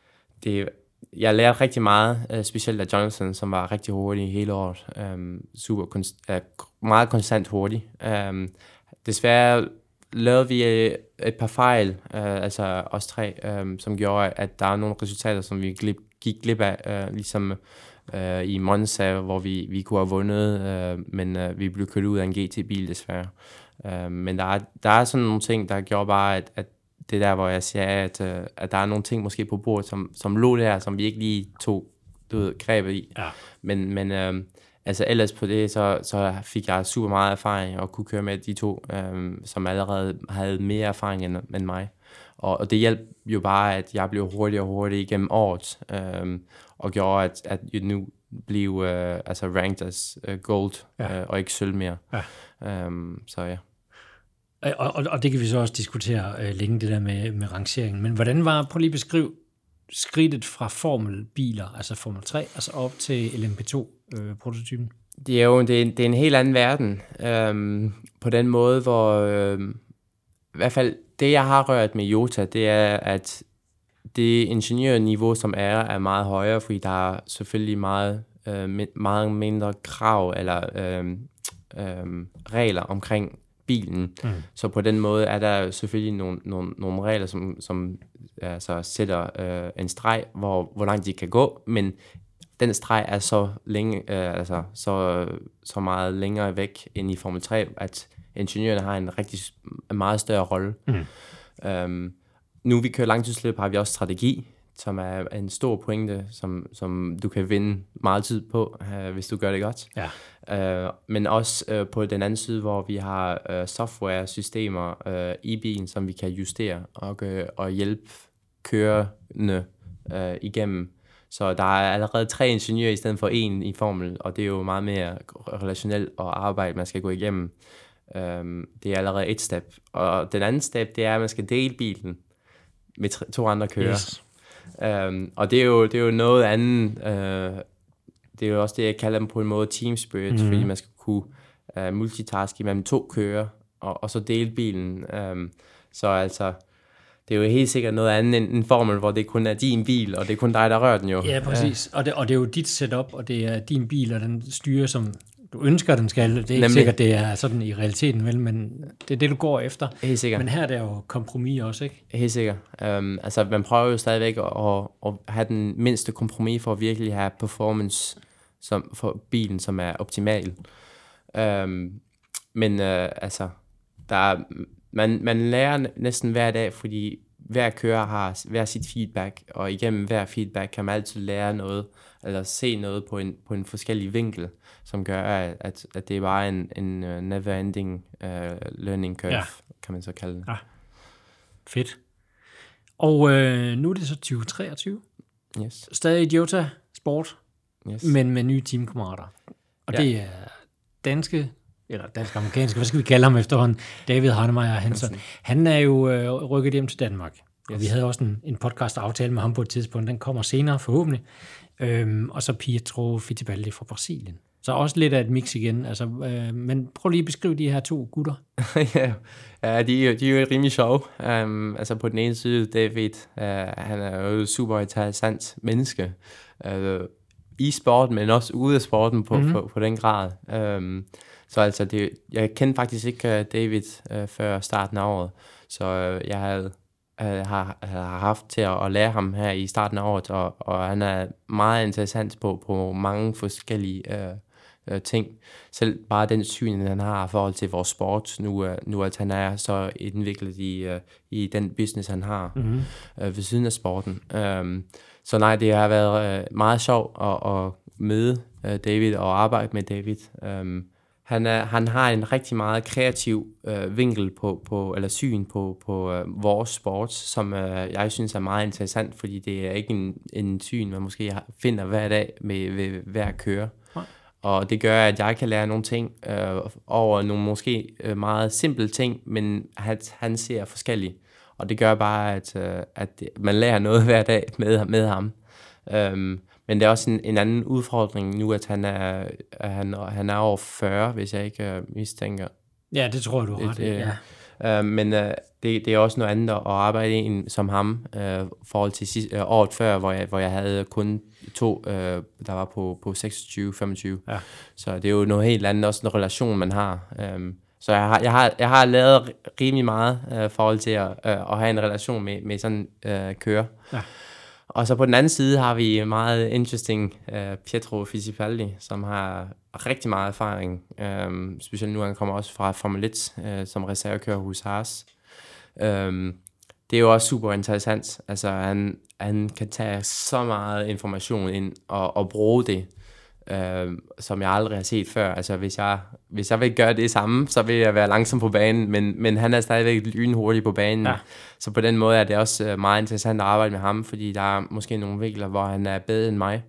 det jeg lærte rigtig meget, uh, specielt af Jonathan, som var rigtig hurtig hele året. Um, super, konst- uh, meget konstant hurtig. Um, desværre lavede vi et par fejl, uh, altså os tre, um, som gjorde, at der er nogle resultater, som vi glip, gik glip af, uh, ligesom uh, i Monza, hvor vi, vi kunne have vundet, uh, men uh, vi blev kørt ud af en G T-bil desværre. Uh, men der er, der er sådan nogle ting, der gjorde bare, at, at det der, hvor jeg siger, at, uh, at der er nogle ting måske på bordet, som, som lå der, som vi ikke lige tog, du ved, grebet i. Ja. Men, men uh, altså ellers på det, så, så fik jeg super meget erfaring og kunne køre med de to, um, som allerede havde mere erfaring end, end mig. Og, og det hjalp jo bare, at jeg blev hurtigere og hurtigere igennem året, um, og gjorde, at, at jeg nu blev uh, altså ranked as uh, gold, Ja. uh, og ikke sølv mere. Ja. Um, så ja. Og, og, og det kan vi så også diskutere øh, længe, det der med, med rangeringen. Men hvordan var, prøv lige at beskrive skridtet fra formelbiler, altså Formel tre, altså op til L M P to-prototypen? Øh, Det er jo det er, det er en helt anden verden, øhm, på den måde, hvor øhm, i hvert fald det, jeg har rørt med Jota, det er, at det ingeniørniveau, som er, er meget højere, fordi der er selvfølgelig meget, øh, meget mindre krav eller øh, øh, regler omkring bilen. Mm. Så på den måde er der selvfølgelig nogle, nogle, nogle regler, som, som altså, sætter øh, en streg, hvor, hvor langt de kan gå, men den streg er så længe, øh, altså så, så meget længere væk end i Formel tre, at ingeniørerne har en rigtig en meget større rolle. Mm. Um, nu vi kører langtidsløb, har vi også strategi, som er en stor pointe, som, som du kan vinde meget tid på, uh, hvis du gør det godt. Ja. Uh, men også uh, på den anden side, hvor vi har uh, software-systemer uh, i bilen, som vi kan justere og, uh, og hjælpe kørende uh, igennem. Så der er allerede tre ingeniører i stedet for en i Formel, og det er jo meget mere relationelt og arbejde, man skal gå igennem. Um, det er allerede et step. Og den anden step, det er, at man skal dele bilen med tre, to andre kører. Yes. Um, og det er, jo, det er jo noget andet. Uh, det er jo også det, jeg kalder dem på en måde team spirit, mm-hmm. fordi man skal kunne uh, multitaske mellem to kører, og, og så dele bilen. Um, så altså... Det er jo helt sikkert noget andet end en formel, hvor det kun er din bil, og det er kun dig, der rører den jo. Ja, præcis. Ja. Og, det, og det er jo dit setup, og det er din bil, og den styrer, som du ønsker, den skal. Det er ikke Nemlig. sikkert, det er sådan i realiteten, vel, men det er det, du går efter. Helt sikkert. Men her er der jo kompromis også, ikke? Helt sikkert. Um, altså, man prøver jo stadigvæk at, at, at have den mindste kompromis for at virkelig have performance som, for bilen, som er optimal. Um, men uh, altså, der er... Man, man lærer næsten hver dag, fordi hver kører har hver sit feedback, og igennem hver feedback kan man altid lære noget, eller se noget på en, på en forskellig vinkel, som gør, at, at det er bare en, en never-ending uh, learning curve, ja. Kan man så kalde det. Ja. Fedt. Og øh, nu er det så tyve treogtyve. Yes. Stadig Jota Sport, yes. men med nye teamkammerater. Og ja. Det er danske, eller dansk-amerikanske, hvad skal vi kalde ham efterhånden? David Hannemeyer Hansen. Han er jo øh, rykket hjem til Danmark. Yes. Og vi havde også en, en podcast-aftale med ham på et tidspunkt. Den kommer senere forhåbentlig. Øhm, og så Pietro Fittipaldi fra Brasilien. Så også lidt af et mix igen. Altså, øh, men prøv lige at beskrive de her to gutter. ja, ja de, er, de er jo rimelig sjove. Um, altså på den ene side, David, uh, han er jo super interessant menneske. Uh, I sporten, men også ude af sporten på, mm-hmm. på, på den grad. Um, så altså, det, jeg kendte faktisk ikke uh, David uh, før starten af året. Så uh, jeg havde har, har haft til at, at lære ham her i starten af året, og, og han er meget interessant på, på mange forskellige øh, øh, ting. Selv bare den syn, han har i forhold til vores sport, nu, øh, nu at han er så indviklet i, øh, i den business, han har mm-hmm. øh, ved siden af sporten. Um, så nej, det har været øh, meget sjovt at, at møde øh, David og arbejde med David. Um, Han, er, han har en rigtig meget kreativ øh, vinkel på, på, eller syn på, på øh, vores sport, som øh, jeg synes er meget interessant, fordi det er ikke en, en syn, man måske finder hver dag med, ved hver køre. Ja. Og det gør, at jeg kan lære nogle ting øh, over nogle måske øh, meget simple ting, men at han ser forskelligt. Og det gør bare, at, øh, at man lærer noget hver dag med, med ham. Um, men det er også en, en anden udfordring nu, at han er, at han, han er over fyrre, hvis jeg ikke uh, mistænker. Ja, det tror jeg, du har ret i, ja. Uh, men uh, det, det er også noget andet at arbejde en som ham, uh, forhold til sidste, uh, året før, hvor jeg, hvor jeg havde kun to, uh, der var på, på seksogtyve femogtyve. Ja. Så det er jo noget helt andet, også en relation, man har. Um, så jeg har, jeg, har, jeg har lavet rimelig meget i uh, forhold til at, uh, at have en relation med, med sådan uh, kører. Ja. Og så på den anden side har vi meget interesting uh, Pietro Fittipaldi, som har rigtig meget erfaring. Um, specielt nu, han kommer også fra Formel et uh, som reservekører hos Haas. Um, det er jo også super interessant. Altså, han, han kan tage så meget information ind og, og bruge det, uh, som jeg aldrig har set før. Altså, hvis jeg, hvis jeg vil gøre det samme, så vil jeg være langsom på banen, men, men han er stadigvæk lynhurtig på banen. Ja. Så på den måde er det også meget interessant at arbejde med ham, fordi der er måske nogle vinkler, hvor han er bedre end mig.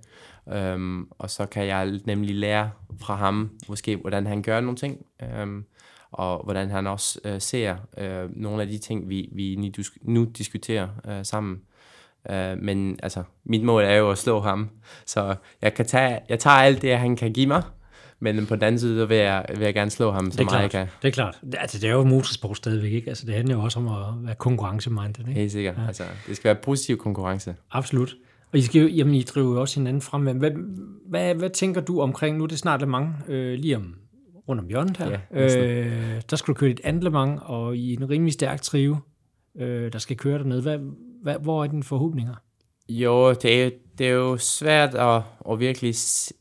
Um, og så kan jeg nemlig lære fra ham, måske hvordan han gør nogle ting, um, og hvordan han også uh, ser uh, nogle af de ting, vi, vi nu diskuterer uh, sammen. Uh, men altså, mit mål er jo at slå ham, så jeg, kan tage, jeg tager alt det, han kan give mig, men på den anden side vil jeg, vil jeg gerne slå ham, så meget jeg kan. Det er klart. Altså, det er jo motorsport stadigvæk, ikke? Altså, det handler jo også om at være konkurrencemindet, ikke? Helt sikkert. Ja. Altså, det skal være positiv konkurrence. Absolut. Og I, skal jo, jamen, I driver jo også hinanden frem. Hvad, hvad, hvad tænker du omkring, nu er det snart Le Mans, øh, lige om, rundt om hjørnet her. Ja, øh, der skal du køre et andet Le Mans, og i en rimelig stærk trive, øh, der skal køre dernede. Hvad, hvad, hvor er dine forhåbninger? Jo, det er, det er jo svært at, at virkelig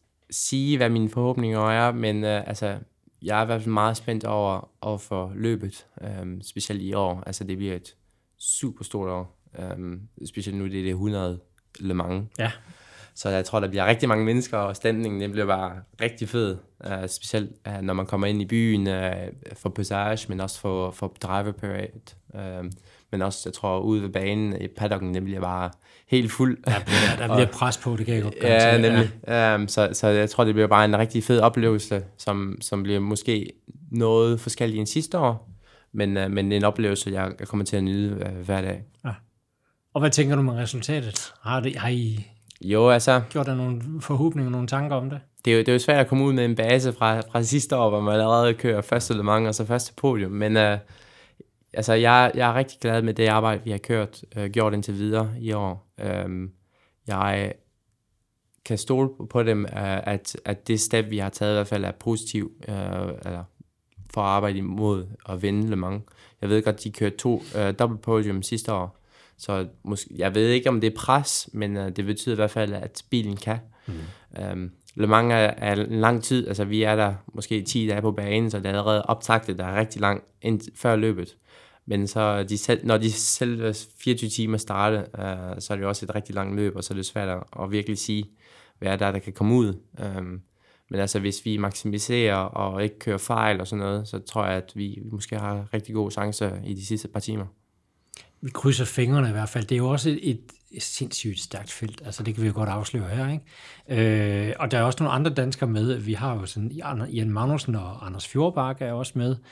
sige, hvad mine forhåbninger er, men øh, altså, jeg er i hvert fald meget spændt over, over for løbet, øh, specielt i år. Altså, det bliver et super stort år. Øh, specielt nu det er det hundrede Le Mans. Ja. Så jeg tror, der bliver rigtig mange mennesker, og stemningen den bliver bare rigtig fed. Uh, specielt uh, når man kommer ind i byen uh, for passage, men også for, for driver parade. Uh, men også, jeg tror, ude ved banen i paddocken, den bliver bare helt fuld. Der bliver, der bliver og, pres på, det kan jeg godt gøre. Ja, nemlig. Ja. Um, så, så jeg tror, det bliver bare en rigtig fed oplevelse, som, som bliver måske noget forskelligt end sidste år, men, uh, men en oplevelse, jeg, jeg kommer til at nyde uh, hver dag. Ja. Og hvad tænker du med resultatet? Har, det, har I jo, altså, gjort der nogle forhåbninger, nogle tanker om det? Det er, jo, det er jo svært at komme ud med en base fra, fra sidste år, hvor man allerede kører første Le Mans og så første podium. Men uh, altså, jeg, jeg er rigtig glad med det arbejde, vi har kørt, uh, gjort indtil videre i år. Um, jeg kan stole på dem, uh, at, at det step, vi har taget i hvert fald er positiv, uh, eller for at arbejde imod at vinde Le Mans. Jeg ved godt, de kørte to uh, dobbelt podium sidste år. Så måske, jeg ved ikke, om det er pres, men uh, det betyder i hvert fald, at bilen kan. Mm. Um, Le Mans er, er en lang tid, altså vi er der måske ti dage på banen, så det er allerede optaktet, der er rigtig langt ind, før løbet. men så de selv, når de selv fireogtyve timer starter, øh, så er det jo også et rigtig langt løb, og så er det svært at, at virkelig sige, hvad er der, der kan komme ud. Um, men altså, hvis vi maksimiserer og ikke kører fejl og sådan noget, så tror jeg, at vi måske har rigtig gode chancer i de sidste par timer. Vi krydser fingrene i hvert fald. Det er jo også et, et sindssygt stærkt felt. Altså, det kan vi jo godt afsløre her, ikke? Øh, og der er også nogle andre danskere med. Vi har jo sådan Jan Magnussen og Anders Fjordbakke er også med,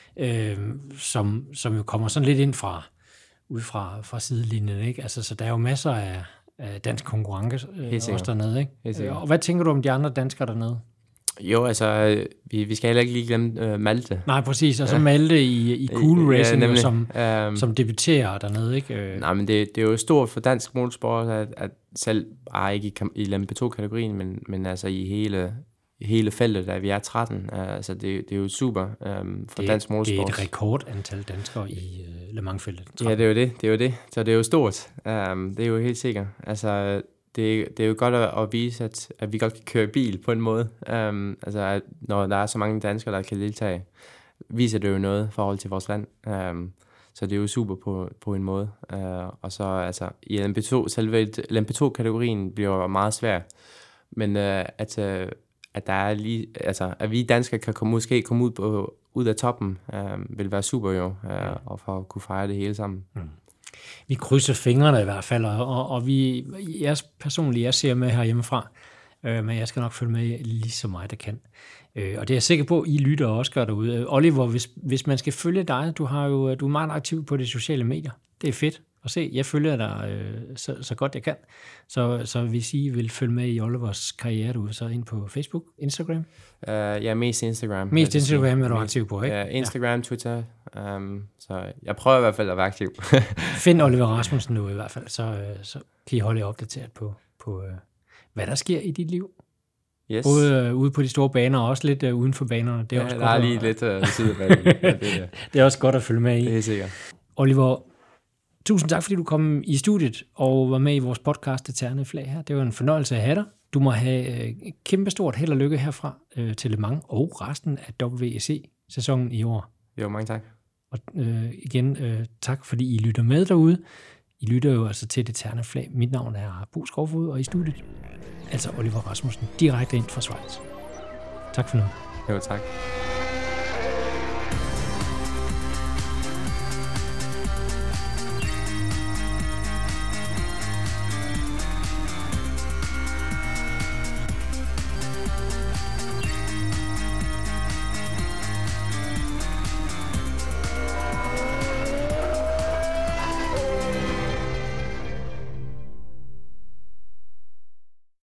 øh, som, som jo kommer sådan lidt ind fra, ud fra, fra sidelinjen, ikke? Altså, så der er jo masser af, af dansk konkurrence øh, også dernede, ikke? Og hvad tænker du om de andre danskere dernede? Jo, altså, vi, vi skal heller ikke lige glemme uh, Malte. Nej, præcis. Og så Malte i, i Cool Racing, ja, som, um, som debuterer dernede, ikke? Nej, men det, det er jo stort for dansk motorsport, at, at selv bare ikke i, i L M P to-kategorien, men, men altså i hele, hele feltet, der vi er tretten. Altså, det, det er jo super um, for det, dansk motorsport. Det er et rekordantal danskere i uh, Le Mans-feltet. Ja, det er jo det. Det er jo det. Så det er jo stort. Um, det er jo helt sikkert. Altså... Det, det er jo godt at, at vise, at, at vi godt kan køre bil på en måde. Um, altså, at når der er så mange danskere, der kan deltage, viser det jo noget i forhold til vores land. Um, så det er jo super på, på en måde. Uh, og så altså, i L M P to, selve L M P to-kategorien bliver meget svær. Men uh, at, uh, at, der er lige, altså, at vi danskere kan komme, måske komme ud, på, ud af toppen, uh, vil være super jo, uh, og for at kunne fejre det hele sammen. Mm. Vi krydser fingrene i hvert fald, og, og vi, jeg personligt, jeg ser med herhjemmefra, øh, men jeg skal nok følge med lige så meget, jeg kan. Øh, og det er jeg sikker på, I lytter også gør derude. Oliver, hvis, hvis man skal følge dig, du, har jo, du er meget aktiv på de sociale medier. Det er fedt at se. Jeg følger dig øh, så, så godt jeg kan. Så, så hvis I vil følge med i Olivers karriere derude, så ind på Facebook, Instagram? Uh, ja, mest Instagram. Mest Instagram er du aktiv på, ikke? Ja, Instagram, ja. Twitter. Um, så jeg prøver i hvert fald at være aktiv. Find Oliver Rasmussen nu i hvert fald, så, så kan I holde jer opdateret på, på hvad der sker i dit liv. Yes. Både uh, ude på de store baner, og også lidt uh, uden for banerne. Det er ja, også der godt er lige at, lidt uh, side af banen. Ja, det, er. det er også godt at følge med i. Det er sikkert. Oliver, tusind tak, fordi du kom i studiet og var med i vores podcast, Det Ternede Flag her. Det var en fornøjelse at have dig. Du må have uh, kæmpestort held og lykke herfra uh, til Le Mans og resten af W E C-sæsonen i år. Jo, mange tak. Og øh, igen, øh, tak fordi I lytter med derude. I lytter jo altså til Det Ternede Flag. Mit navn er Bo Skovfod, og i studiet, altså Oliver Rasmussen, direkte ind fra Schweiz. Tak for nu. Jo, tak.